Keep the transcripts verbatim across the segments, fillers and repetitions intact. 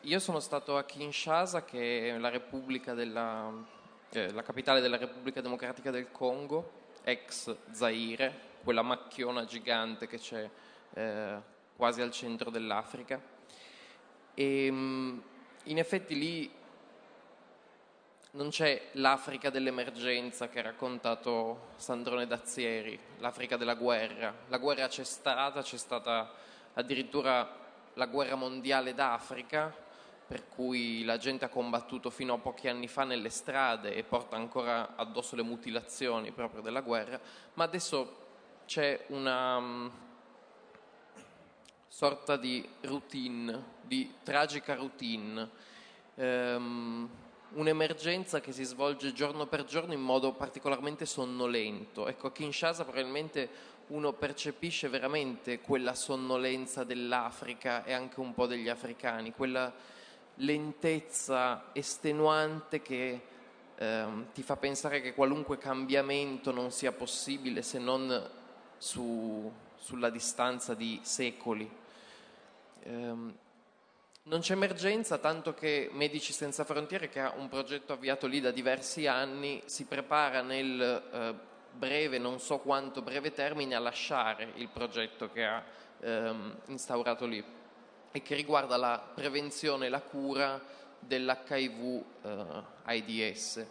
io sono stato a Kinshasa, che è la Repubblica della, eh, la capitale della Repubblica Democratica del Congo, ex Zaire, quella macchiona gigante che c'è eh, quasi al centro dell'Africa. E mh, in effetti lì non c'è l'Africa dell'emergenza che ha raccontato Sandrone Dazieri, l'Africa della guerra. La guerra c'è stata, c'è stata addirittura la guerra mondiale d'Africa, per cui la gente ha combattuto fino a pochi anni fa nelle strade e porta ancora addosso le mutilazioni proprio della guerra, ma adesso c'è una um, sorta di routine, di tragica routine, um, un'emergenza che si svolge giorno per giorno in modo particolarmente sonnolento. Ecco, a Kinshasa probabilmente uno percepisce veramente quella sonnolenza dell'Africa e anche un po' degli africani, quella lentezza estenuante che ehm, ti fa pensare che qualunque cambiamento non sia possibile se non su, sulla distanza di secoli. Ehm, Non c'è emergenza, tanto che Medici Senza Frontiere, che ha un progetto avviato lì da diversi anni, si prepara nel eh, breve, non so quanto breve termine, a lasciare il progetto che ha ehm, instaurato lì e che riguarda la prevenzione e la cura dell'H I V eh, AIDS.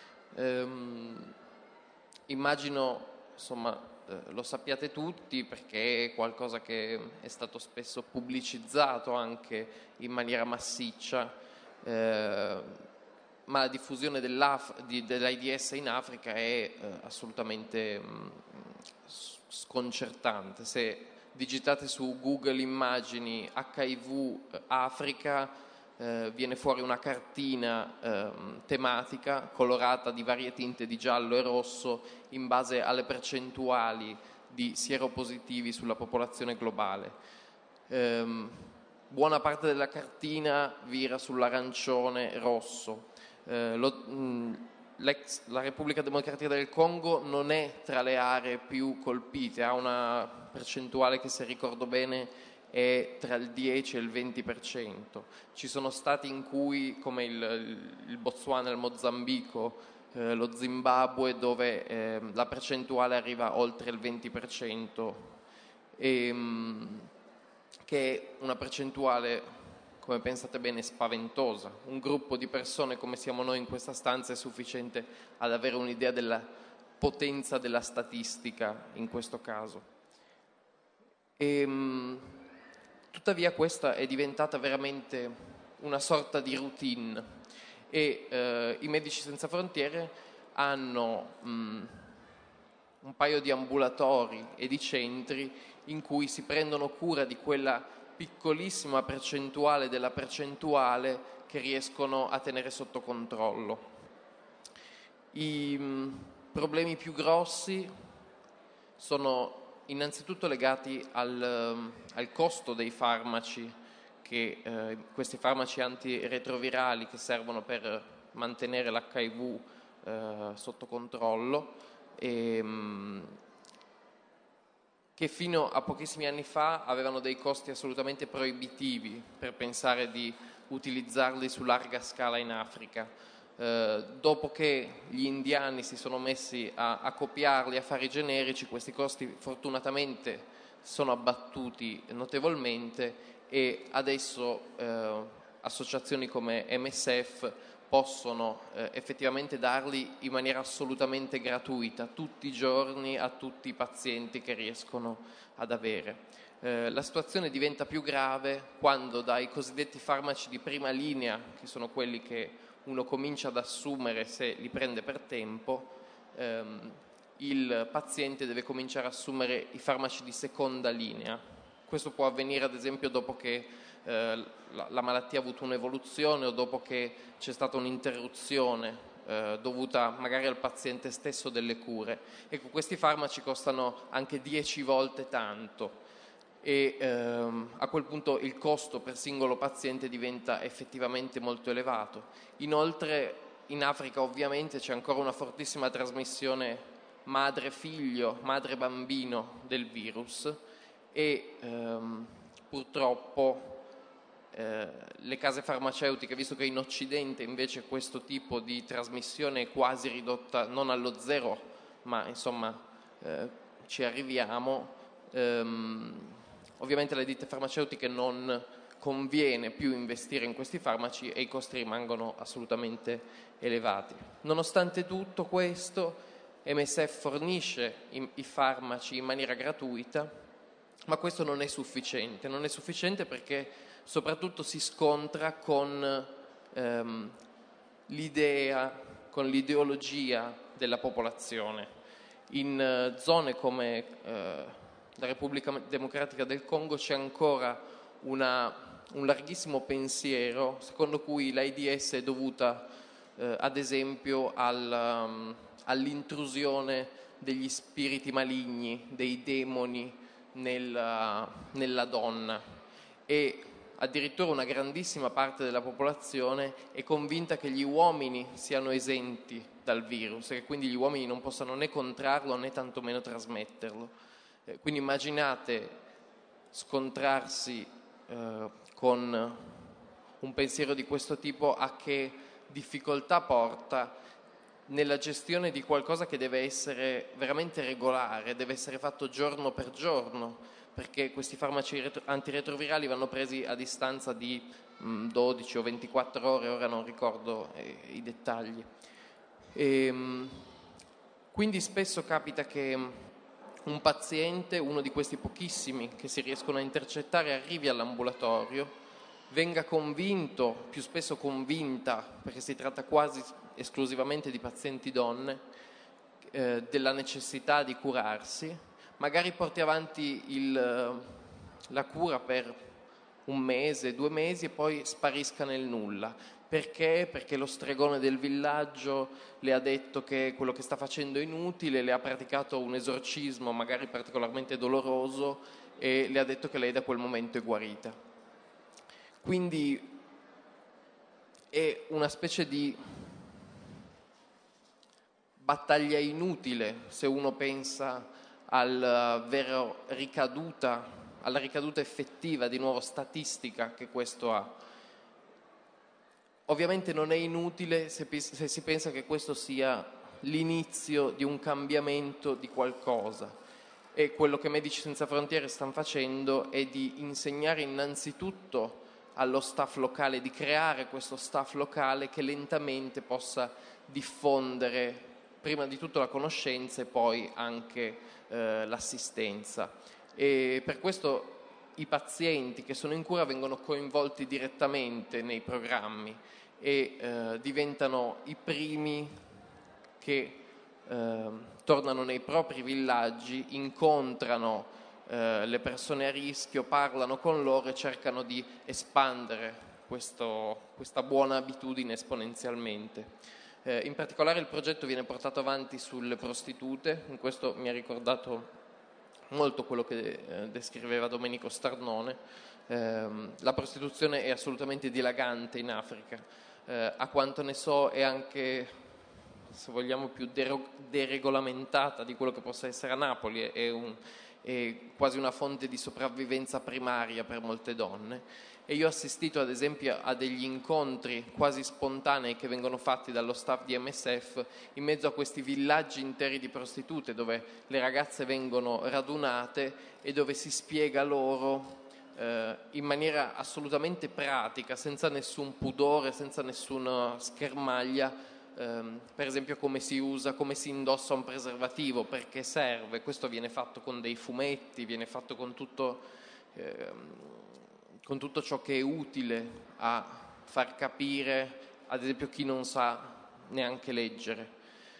Ehm, immagino, insomma, eh, lo sappiate tutti perché è qualcosa che è stato spesso pubblicizzato anche in maniera massiccia, eh, ma la diffusione di, dell'AIDS in Africa è eh, assolutamente mh, sconcertante. Se digitate su Google immagini H I V eh, Africa, eh, viene fuori una cartina eh, tematica colorata di varie tinte di giallo e rosso in base alle percentuali di sieropositivi sulla popolazione globale. Ehm, buona parte della cartina vira sull'arancione rosso. Eh, lo, mh, l'ex, la Repubblica Democratica del Congo non è tra le aree più colpite, ha una percentuale che, se ricordo bene, è tra il dieci e il venti per cento. Ci sono stati in cui, come il, il Botswana, il Mozambico, eh, lo Zimbabwe, dove eh, la percentuale arriva oltre il venti per cento, e, mh, che è una percentuale, come pensate bene, spaventosa. Un gruppo di persone come siamo noi in questa stanza è sufficiente ad avere un'idea della potenza della statistica in questo caso. E, mh, tuttavia questa è diventata veramente una sorta di routine e eh, i Medici Senza Frontiere hanno mh, un paio di ambulatori e di centri in cui si prendono cura di quella piccolissima percentuale della percentuale che riescono a tenere sotto controllo. I mh, problemi più grossi sono innanzitutto legati al, al costo dei farmaci, che, eh, questi farmaci antiretrovirali che servono per mantenere l'H I V eh, sotto controllo, e, mh, che fino a pochissimi anni fa avevano dei costi assolutamente proibitivi per pensare di utilizzarli su larga scala in Africa. Eh, dopo che gli indiani si sono messi a, a copiarli, a fare i generici, questi costi fortunatamente sono abbattuti notevolmente e adesso eh, associazioni come M S F possono eh, effettivamente darli in maniera assolutamente gratuita tutti i giorni a tutti i pazienti che riescono ad avere. Eh, la situazione diventa più grave quando dai cosiddetti farmaci di prima linea, che sono quelli che uno comincia ad assumere se li prende per tempo, ehm, il paziente deve cominciare a assumere i farmaci di seconda linea. Questo può avvenire ad esempio dopo che eh, la, la malattia ha avuto un'evoluzione o dopo che c'è stata un'interruzione eh, dovuta magari al paziente stesso delle cure. Ecco, questi farmaci costano anche dieci volte tanto e ehm, a quel punto il costo per singolo paziente diventa effettivamente molto elevato. Inoltre in Africa ovviamente c'è ancora una fortissima trasmissione madre-figlio, madre-bambino del virus e ehm, purtroppo eh, le case farmaceutiche, visto che in Occidente invece questo tipo di trasmissione è quasi ridotta non allo zero, ma insomma eh, ci arriviamo, ehm, ovviamente alle ditte farmaceutiche non conviene più investire in questi farmaci e i costi rimangono assolutamente elevati. Nonostante tutto questo, M S F fornisce i, i farmaci in maniera gratuita, ma questo non è sufficiente. Non è sufficiente perché soprattutto si scontra con ehm, l'idea, con l'ideologia della popolazione. In eh, zone come eh, la Repubblica Democratica del Congo c'è ancora una, un larghissimo pensiero secondo cui l'AIDS è dovuta eh, ad esempio al, um, all'intrusione degli spiriti maligni, dei demoni nella, nella donna, e addirittura una grandissima parte della popolazione è convinta che gli uomini siano esenti dal virus e che quindi gli uomini non possano né contrarlo né tantomeno trasmetterlo. Eh, quindi immaginate scontrarsi eh, con un pensiero di questo tipo a che difficoltà porta nella gestione di qualcosa che deve essere veramente regolare, deve essere fatto giorno per giorno, perché questi farmaci retro- antiretrovirali vanno presi a distanza di mh, dodici o ventiquattro ore, ora non ricordo eh, i dettagli. E, mh, quindi spesso capita che un paziente, uno di questi pochissimi che si riescono a intercettare, arrivi all'ambulatorio, venga convinto, più spesso convinta, perché si tratta quasi esclusivamente di pazienti donne, eh, della necessità di curarsi, magari porti avanti il, la cura per un mese, due mesi e poi sparisca nel nulla. Perché? Perché lo stregone del villaggio le ha detto che quello che sta facendo è inutile, le ha praticato un esorcismo magari particolarmente doloroso e le ha detto che lei da quel momento è guarita. Quindi è una specie di battaglia inutile se uno pensa al vero ricaduta, alla ricaduta effettiva, di nuovo statistica, che questo ha. Ovviamente non è inutile se, se si pensa che questo sia l'inizio di un cambiamento di qualcosa, e quello che Medici Senza Frontiere stanno facendo è di insegnare innanzitutto allo staff locale, di creare questo staff locale che lentamente possa diffondere prima di tutto la conoscenza e poi anche eh, l'assistenza. E per questo i pazienti che sono in cura vengono coinvolti direttamente nei programmi e eh, diventano i primi che eh, tornano nei propri villaggi, incontrano eh, le persone a rischio, parlano con loro e cercano di espandere questo, questa buona abitudine esponenzialmente. Eh, in particolare il progetto viene portato avanti sulle prostitute, in questo mi ha ricordato molto quello che eh, descriveva Domenico Starnone. Eh, la prostituzione è assolutamente dilagante in Africa, eh, a quanto ne so è anche, se vogliamo, più dero- deregolamentata di quello che possa essere a Napoli, è, un, è quasi una fonte di sopravvivenza primaria per molte donne. E io ho assistito ad esempio a degli incontri quasi spontanei che vengono fatti dallo staff di M S F in mezzo a questi villaggi interi di prostitute, dove le ragazze vengono radunate e dove si spiega loro eh, in maniera assolutamente pratica, senza nessun pudore, senza nessuna schermaglia, ehm, per esempio come si usa, come si indossa un preservativo, perché serve. Questo viene fatto con dei fumetti, viene fatto con tutto... Ehm, con tutto ciò che è utile a far capire, ad esempio, chi non sa neanche leggere.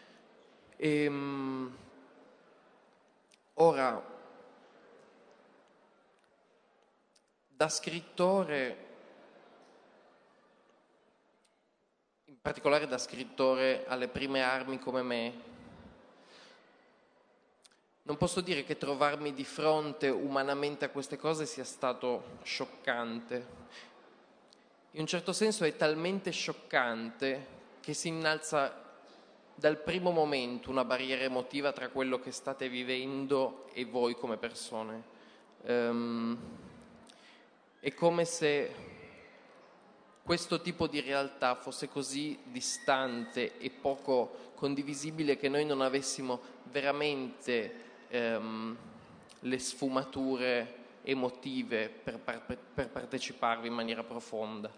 E, ora, da scrittore, in particolare da scrittore alle prime armi come me, non posso dire che trovarmi di fronte umanamente a queste cose sia stato scioccante. In un certo senso è talmente scioccante che si innalza dal primo momento una barriera emotiva tra quello che state vivendo e voi come persone. Um, è come se questo tipo di realtà fosse così distante e poco condivisibile che noi non avessimo veramente ehm, le sfumature emotive per, par- per parteciparvi in maniera profonda.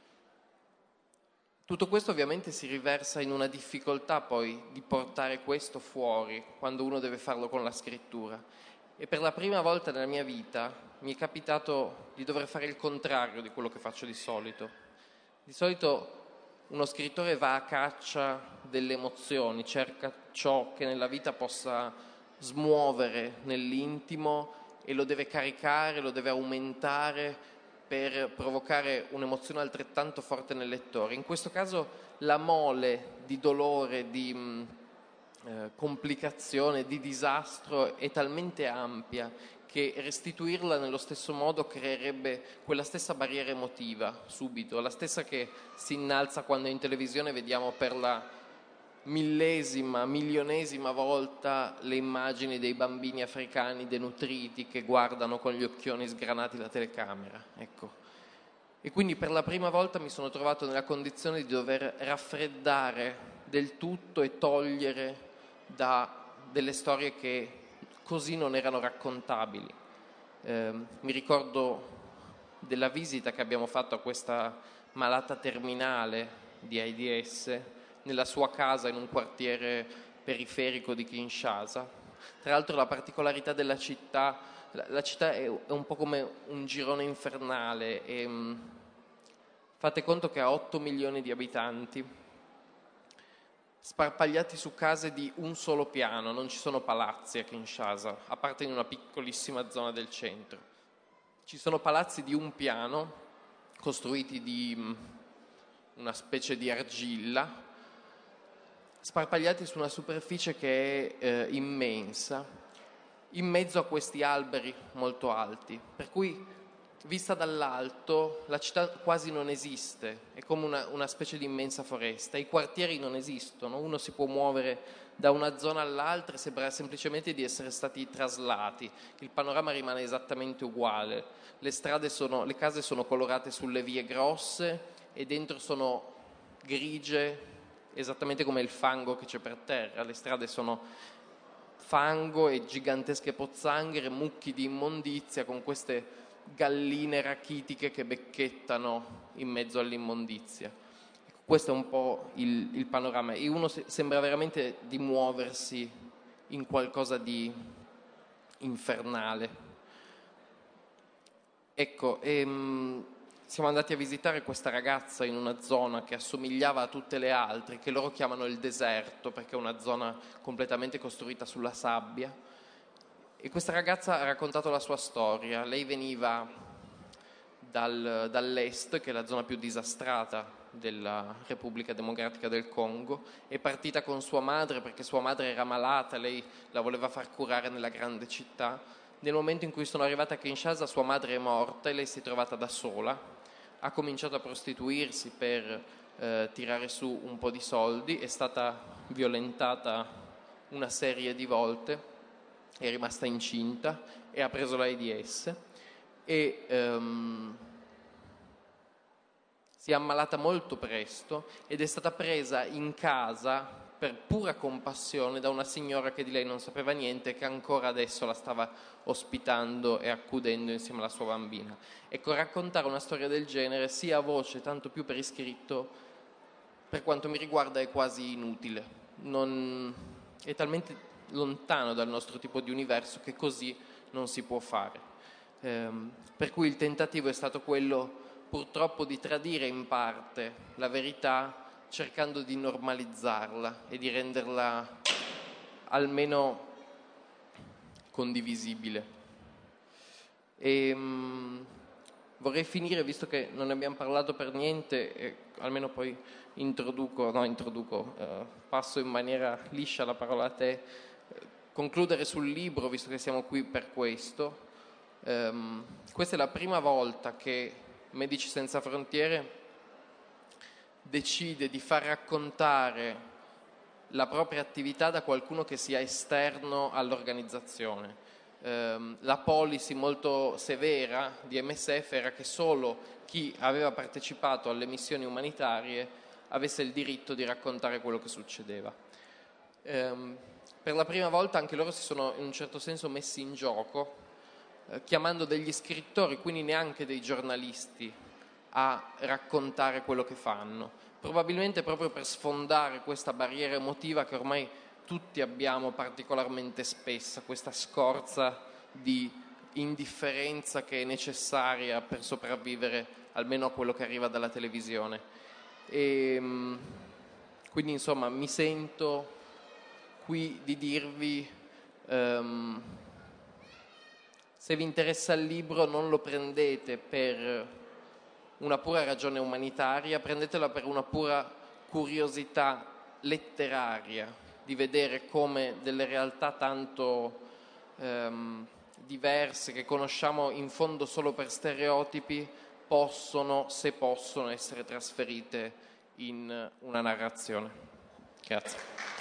Tutto questo ovviamente si riversa in una difficoltà poi di portare questo fuori quando uno deve farlo con la scrittura. E per la prima volta nella mia vita mi è capitato di dover fare il contrario di quello che faccio di solito. Di solito uno scrittore va a caccia delle emozioni, cerca ciò che nella vita possa smuovere nell'intimo e lo deve caricare, lo deve aumentare per provocare un'emozione altrettanto forte nel lettore. In questo caso la mole di dolore, di mh, eh, complicazione, di disastro è talmente ampia che restituirla nello stesso modo creerebbe quella stessa barriera emotiva subito, la stessa che si innalza quando in televisione vediamo per la millesima, milionesima volta le immagini dei bambini africani denutriti che guardano con gli occhioni sgranati la telecamera. Ecco. E quindi per la prima volta mi sono trovato nella condizione di dover raffreddare del tutto e togliere da delle storie che così non erano raccontabili. Eh, mi ricordo della visita che abbiamo fatto a questa malata terminale di AIDS nella sua casa in un quartiere periferico di Kinshasa. Tra l'altro la particolarità della città, la, la città è, è un po' come un girone infernale. E, mh, fate conto che ha otto milioni di abitanti, sparpagliati su case di un solo piano, non ci sono palazzi a Kinshasa, a parte in una piccolissima zona del centro. Ci sono palazzi di un piano, costruiti di una specie di argilla, sparpagliati su una superficie che è eh, immensa, in mezzo a questi alberi molto alti, per cui vista dall'alto la città quasi non esiste, è come una, una specie di immensa foresta, i quartieri non esistono, uno si può muovere da una zona all'altra e sembra semplicemente di essere stati traslati, il panorama rimane esattamente uguale, le strade sono, le case sono colorate sulle vie grosse e dentro sono grigie, esattamente come il fango che c'è per terra, le strade sono fango e gigantesche pozzanghere, mucchi di immondizia con queste galline rachitiche che becchettano in mezzo all'immondizia. Questo è un po' il, il panorama e uno se, sembra veramente di muoversi in qualcosa di infernale. Ecco, ehm, siamo andati a visitare questa ragazza in una zona che assomigliava a tutte le altre, che loro chiamano il deserto perché è una zona completamente costruita sulla sabbia. E questa ragazza ha raccontato la sua storia. Lei veniva dal, dall'est, che è la zona più disastrata della Repubblica Democratica del Congo, è partita con sua madre perché sua madre era malata, lei la voleva far curare nella grande città. Nel momento in cui sono arrivata a Kinshasa sua madre è morta e lei si è trovata da sola, ha cominciato a prostituirsi per eh, tirare su un po' di soldi, è stata violentata una serie di volte, è rimasta incinta e ha preso l'AIDS e um, si è ammalata molto presto ed è stata presa in casa per pura compassione da una signora che di lei non sapeva niente e che ancora adesso la stava ospitando e accudendo insieme alla sua bambina. Ecco, raccontare una storia del genere sia a voce tanto più per iscritto, per quanto mi riguarda è quasi inutile, non, è talmente lontano dal nostro tipo di universo che così non si può fare. Ehm, per cui il tentativo è stato quello purtroppo di tradire in parte la verità cercando di normalizzarla e di renderla almeno condivisibile. E, mh, vorrei finire, visto che non ne abbiamo parlato per niente, e almeno poi introduco, no introduco, eh, passo in maniera liscia la parola a te, concludere sul libro, visto che siamo qui per questo. Um, questa è la prima volta che Medici Senza Frontiere decide di far raccontare la propria attività da qualcuno che sia esterno all'organizzazione. ehm, la policy molto severa di M S F era che solo chi aveva partecipato alle missioni umanitarie avesse il diritto di raccontare quello che succedeva. Ehm, per la prima volta anche loro si sono in un certo senso messi in gioco, eh, chiamando degli scrittori, quindi neanche dei giornalisti, a raccontare quello che fanno, probabilmente proprio per sfondare questa barriera emotiva che ormai tutti abbiamo particolarmente spessa, questa scorza di indifferenza che è necessaria per sopravvivere almeno a quello che arriva dalla televisione. E, quindi insomma mi sento qui di dirvi, um, se vi interessa il libro non lo prendete per una pura ragione umanitaria, prendetela per una pura curiosità letteraria di vedere come delle realtà tanto ehm, diverse, che conosciamo in fondo solo per stereotipi, possono, se possono, essere trasferite in una narrazione. Grazie.